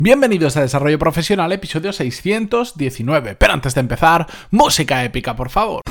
Bienvenidos a Desarrollo Profesional, episodio 619. Pero antes de empezar, música épica, por favor.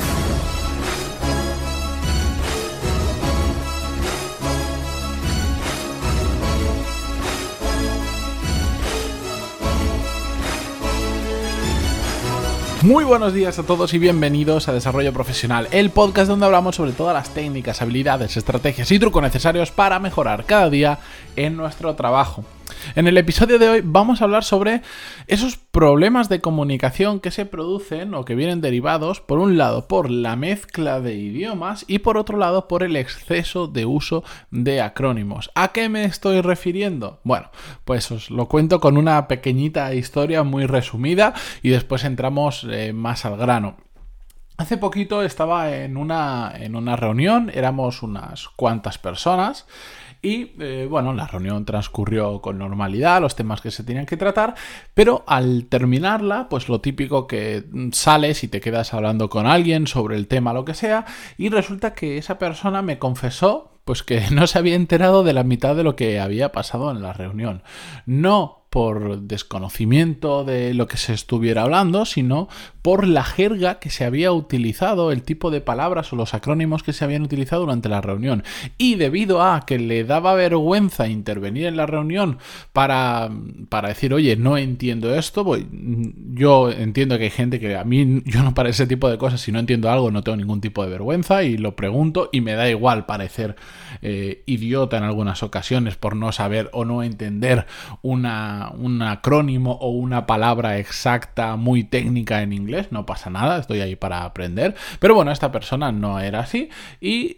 Muy buenos días a todos y bienvenidos a Desarrollo Profesional, el podcast donde hablamos sobre todas las técnicas, habilidades, estrategias y trucos necesarios para mejorar cada día en nuestro trabajo. En el episodio de hoy vamos a hablar sobre esos problemas de comunicación que se producen o que vienen derivados, por un lado, por la mezcla de idiomas y por otro lado, por el exceso de uso de acrónimos. ¿A qué me estoy refiriendo? Bueno, pues os lo cuento con una pequeñita historia muy resumida y después entramos más al grano. Hace poquito estaba en una reunión, éramos unas cuantas personas. Y la reunión transcurrió con normalidad, los temas que se tenían que tratar, pero al terminarla, pues lo típico que sales y te quedas hablando con alguien sobre el tema, lo que sea, y resulta que esa persona me confesó pues que no se había enterado de la mitad de lo que había pasado en la reunión. No por desconocimiento de lo que se estuviera hablando, sino por la jerga que se había utilizado, el tipo de palabras o los acrónimos que se habían utilizado durante la reunión. Y debido a que le daba vergüenza intervenir en la reunión para decir, oye, no entiendo esto, yo entiendo que hay gente que yo no para ese tipo de cosas, si no entiendo algo no tengo ningún tipo de vergüenza y lo pregunto y me da igual parecer idiota en algunas ocasiones por no saber o no entender un acrónimo o una palabra exacta muy técnica en inglés, no pasa nada, estoy ahí para aprender, pero bueno, esta persona no era así y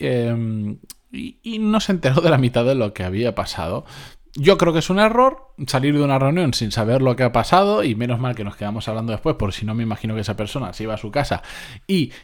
no se enteró de la mitad de lo que había pasado. Yo creo que es un error salir de una reunión sin saber lo que ha pasado y menos mal que nos quedamos hablando después, porque si no me imagino que esa persona se iba a su casa y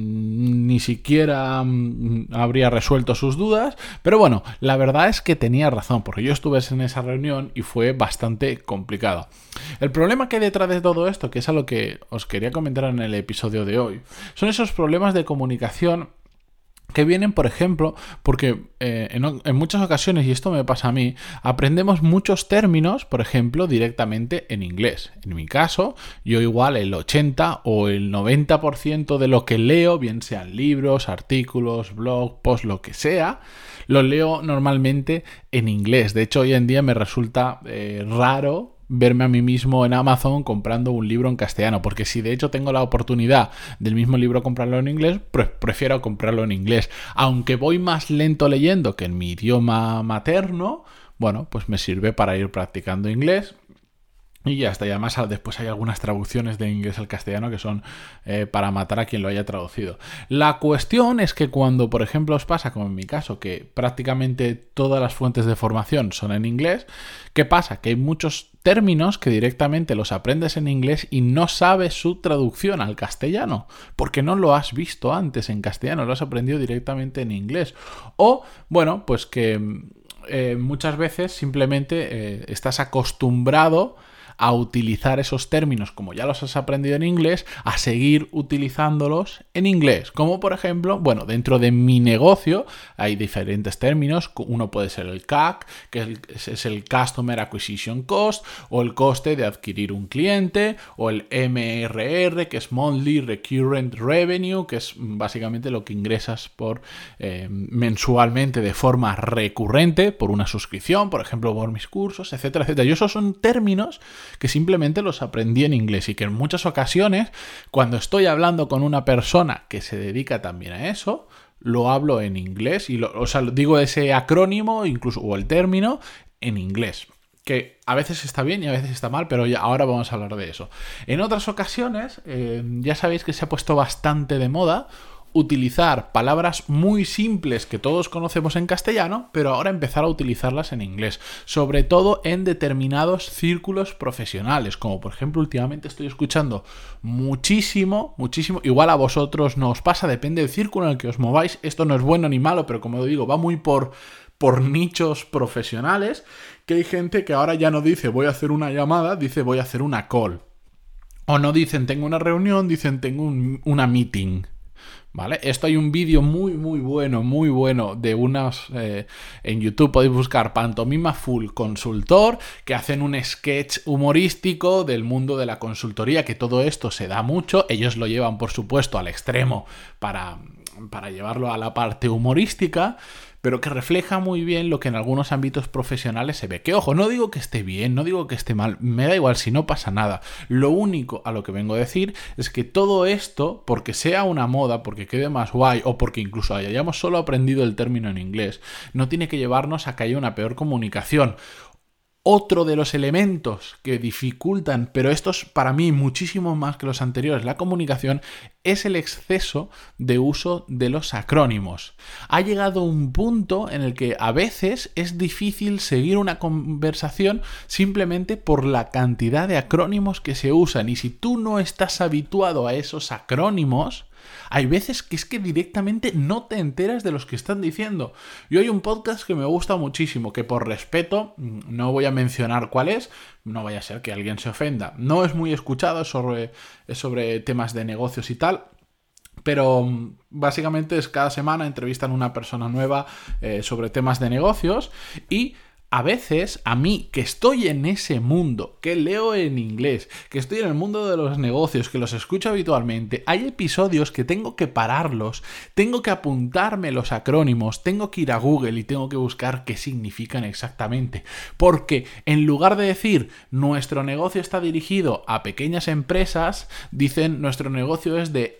ni siquiera habría resuelto sus dudas, pero bueno, la verdad es que tenía razón, porque yo estuve en esa reunión y fue bastante complicado. El problema que hay detrás de todo esto, que es a lo que os quería comentar en el episodio de hoy, son esos problemas de comunicación que vienen, por ejemplo, porque en muchas ocasiones, y esto me pasa a mí, aprendemos muchos términos, por ejemplo, directamente en inglés. En mi caso, yo igual el 80 o el 90% de lo que leo, bien sean libros, artículos, blog, post, lo que sea, lo leo normalmente en inglés. De hecho, hoy en día me resulta raro verme a mí mismo en Amazon comprando un libro en castellano, porque si de hecho tengo la oportunidad del mismo libro comprarlo en inglés, pues prefiero comprarlo en inglés. Aunque voy más lento leyendo que en mi idioma materno, bueno, pues me sirve para ir practicando inglés. Y ya está, y además después hay algunas traducciones de inglés al castellano que son para matar a quien lo haya traducido. La cuestión es que cuando, por ejemplo, os pasa, como en mi caso, que prácticamente todas las fuentes de formación son en inglés, ¿qué pasa? Que hay muchos términos que directamente los aprendes en inglés y no sabes su traducción al castellano, porque no lo has visto antes en castellano, lo has aprendido directamente en inglés. O, bueno, pues que muchas veces simplemente estás acostumbrado a utilizar esos términos, como ya los has aprendido en inglés, a seguir utilizándolos en inglés. Como por ejemplo, dentro de mi negocio hay diferentes términos. Uno puede ser el CAC, que es el Customer Acquisition Cost, o el coste de adquirir un cliente, o el MRR, que es Monthly Recurrent Revenue, que es básicamente lo que ingresas por mensualmente de forma recurrente por una suscripción, por ejemplo, por mis cursos, etcétera, etcétera. Y esos son términos que simplemente los aprendí en inglés y que en muchas ocasiones, cuando estoy hablando con una persona que se dedica también a eso, lo hablo en inglés y digo ese acrónimo incluso o el término en inglés, que a veces está bien y a veces está mal, pero ahora vamos a hablar de eso. En otras ocasiones, ya sabéis que se ha puesto bastante de moda utilizar palabras muy simples que todos conocemos en castellano, pero ahora empezar a utilizarlas en inglés, sobre todo en determinados círculos profesionales, como por ejemplo últimamente estoy escuchando muchísimo, igual a vosotros no os pasa, depende del círculo en el que os mováis, esto no es bueno ni malo, pero como digo, va muy por nichos profesionales, que hay gente que ahora ya no dice voy a hacer una llamada, dice voy a hacer una call. O no dicen tengo una reunión, dicen tengo una meeting. ¿Vale? Esto hay un vídeo muy bueno de unos... en YouTube podéis buscar Pantomima Full Consultor, que hacen un sketch humorístico del mundo de la consultoría, que todo esto se da mucho. Ellos lo llevan, por supuesto, al extremo para llevarlo a la parte humorística, pero que refleja muy bien lo que en algunos ámbitos profesionales se ve. Que ojo, no digo que esté bien, no digo que esté mal, me da igual si no pasa nada. Lo único a lo que vengo a decir es que todo esto, porque sea una moda, porque quede más guay o porque incluso hayamos solo aprendido el término en inglés, no tiene que llevarnos a que haya una peor comunicación. Otro de los elementos que dificultan, pero estos para mí muchísimo más que los anteriores, la comunicación, es el exceso de uso de los acrónimos. Ha llegado un punto en el que a veces es difícil seguir una conversación simplemente por la cantidad de acrónimos que se usan. Y si tú no estás habituado a esos acrónimos, hay veces que es que directamente no te enteras de los que están diciendo. Yo hay un podcast que me gusta muchísimo, que por respeto no voy a mencionar cuál es, no vaya a ser que alguien se ofenda. No es muy escuchado, es sobre temas de negocios y tal. Pero básicamente es cada semana entrevistan a una persona nueva sobre temas de negocios y... A veces, a mí, que estoy en ese mundo, que leo en inglés, que estoy en el mundo de los negocios, que los escucho habitualmente, hay episodios que tengo que pararlos, tengo que apuntarme los acrónimos, tengo que ir a Google y tengo que buscar qué significan exactamente. Porque en lugar de decir nuestro negocio está dirigido a pequeñas empresas, dicen nuestro negocio es de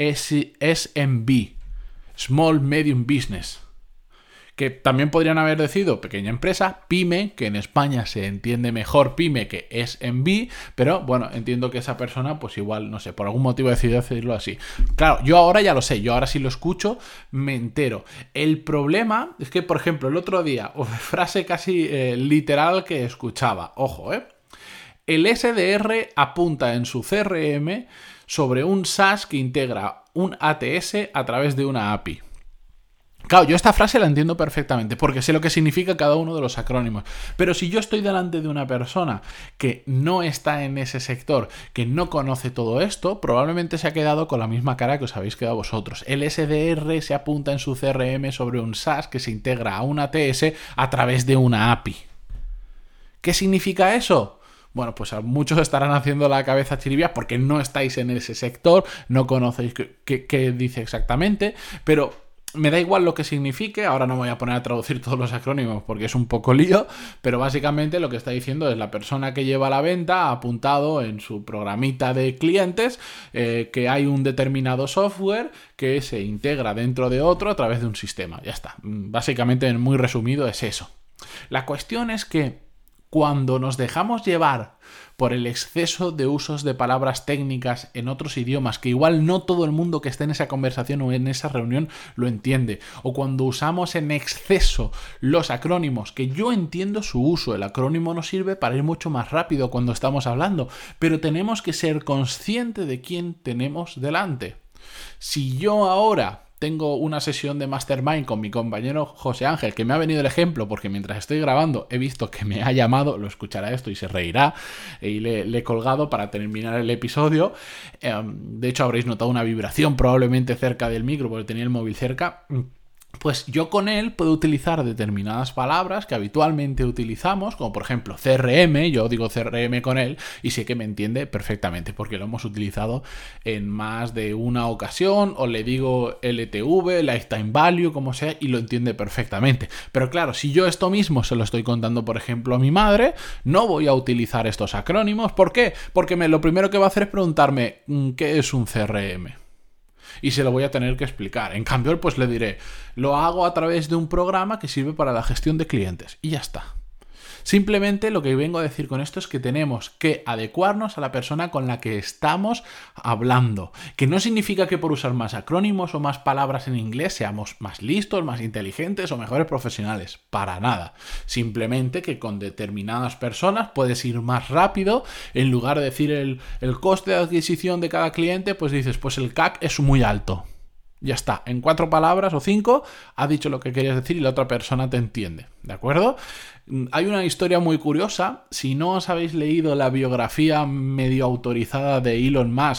SMB, Small Medium Business. Que también podrían haber decidido pequeña empresa, pyme, que en España se entiende mejor pyme que SMB, pero bueno, entiendo que esa persona, pues igual, no sé, por algún motivo decidió decirlo así. Claro, yo ahora ya lo sé, yo ahora sí lo escucho, me entero. El problema es que, por ejemplo, el otro día, frase casi literal que escuchaba, ojo, el SDR apunta en su CRM sobre un SaaS que integra un ATS a través de una API. Claro, yo esta frase la entiendo perfectamente porque sé lo que significa cada uno de los acrónimos. Pero si yo estoy delante de una persona que no está en ese sector, que no conoce todo esto, probablemente se ha quedado con la misma cara que os habéis quedado vosotros. El SDR se apunta en su CRM sobre un SaaS que se integra a un ATS a través de una API. ¿Qué significa eso? Bueno, pues a muchos estarán haciendo la cabeza chiribia porque no estáis en ese sector, no conocéis qué dice exactamente, pero... Me da igual lo que signifique, ahora no me voy a poner a traducir todos los acrónimos porque es un poco lío, pero básicamente lo que está diciendo es la persona que lleva la venta ha apuntado en su programita de clientes que hay un determinado software que se integra dentro de otro a través de un sistema. Ya está. Básicamente, muy resumido, es eso. La cuestión es que cuando nos dejamos llevar por el exceso de usos de palabras técnicas en otros idiomas, que igual no todo el mundo que esté en esa conversación o en esa reunión lo entiende, o cuando usamos en exceso los acrónimos, que yo entiendo su uso, el acrónimo nos sirve para ir mucho más rápido cuando estamos hablando, pero tenemos que ser conscientes de quién tenemos delante. Si yo ahora tengo una sesión de Mastermind con mi compañero José Ángel, que me ha venido el ejemplo porque mientras estoy grabando he visto que me ha llamado, lo escuchará esto y se reirá, y le he colgado para terminar el episodio. De hecho habréis notado una vibración probablemente cerca del micro porque tenía el móvil cerca. Pues yo con él puedo utilizar determinadas palabras que habitualmente utilizamos, como por ejemplo CRM, yo digo CRM con él y sé que me entiende perfectamente porque lo hemos utilizado en más de una ocasión, o le digo LTV, Lifetime Value, como sea, y lo entiende perfectamente. Pero claro, si yo esto mismo se lo estoy contando, por ejemplo, a mi madre, no voy a utilizar estos acrónimos. ¿Por qué? Porque lo primero que va a hacer es preguntarme ¿qué es un CRM? Y se lo voy a tener que explicar. En cambio, pues le diré, lo hago a través de un programa que sirve para la gestión de clientes. Y ya está. Simplemente lo que vengo a decir con esto es que tenemos que adecuarnos a la persona con la que estamos hablando. Que no significa que por usar más acrónimos o más palabras en inglés seamos más listos, más inteligentes o mejores profesionales. Para nada. Simplemente que con determinadas personas puedes ir más rápido. En lugar de decir el coste de adquisición de cada cliente, pues dices, pues el CAC es muy alto. Ya está, en 4 palabras o 5 has dicho lo que querías decir y la otra persona te entiende, ¿de acuerdo? Hay una historia muy curiosa. Si no os habéis leído la biografía medio autorizada de Elon Musk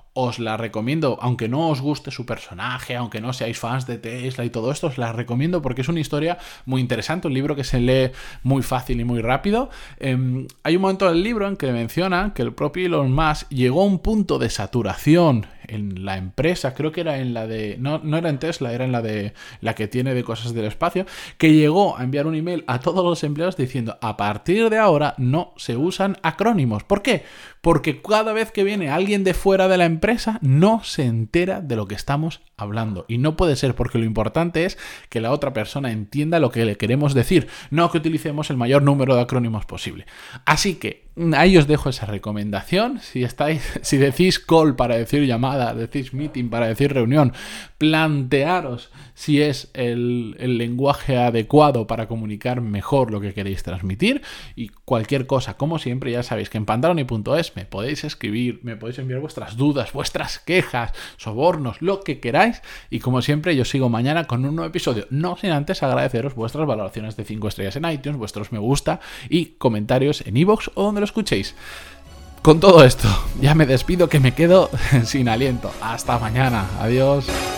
os la recomiendo, aunque no os guste su personaje, aunque no seáis fans de Tesla y todo esto, os la recomiendo porque es una historia muy interesante, un libro que se lee muy fácil y muy rápido. Hay un momento del libro en que menciona que el propio Elon Musk llegó a un punto de saturación en la empresa, creo que era en la de... No era en Tesla, era en la de la que tiene de cosas del espacio, que llegó a enviar un email a todos los empleados diciendo: a partir de ahora no se usan acrónimos. ¿Por qué? Porque cada vez que viene alguien de fuera de la empresa no se entera de lo que estamos hablando. Y no puede ser, porque lo importante es que la otra persona entienda lo que le queremos decir, no que utilicemos el mayor número de acrónimos posible. Así que ahí os dejo esa recomendación. Si decís call para decir llamada, decís meeting para decir reunión, plantearos si es el lenguaje adecuado para comunicar mejor lo que queréis transmitir. Y cualquier cosa, como siempre, ya sabéis que en pantaloni.es me podéis escribir, me podéis enviar vuestras dudas, vuestras quejas, sobornos, lo que queráis. Y como siempre, yo sigo mañana con un nuevo episodio, no sin antes agradeceros vuestras valoraciones de 5 estrellas en iTunes, vuestros me gusta y comentarios en iVoox o donde lo escuchéis. Con todo esto, ya me despido, que me quedo sin aliento. Hasta mañana. Adiós.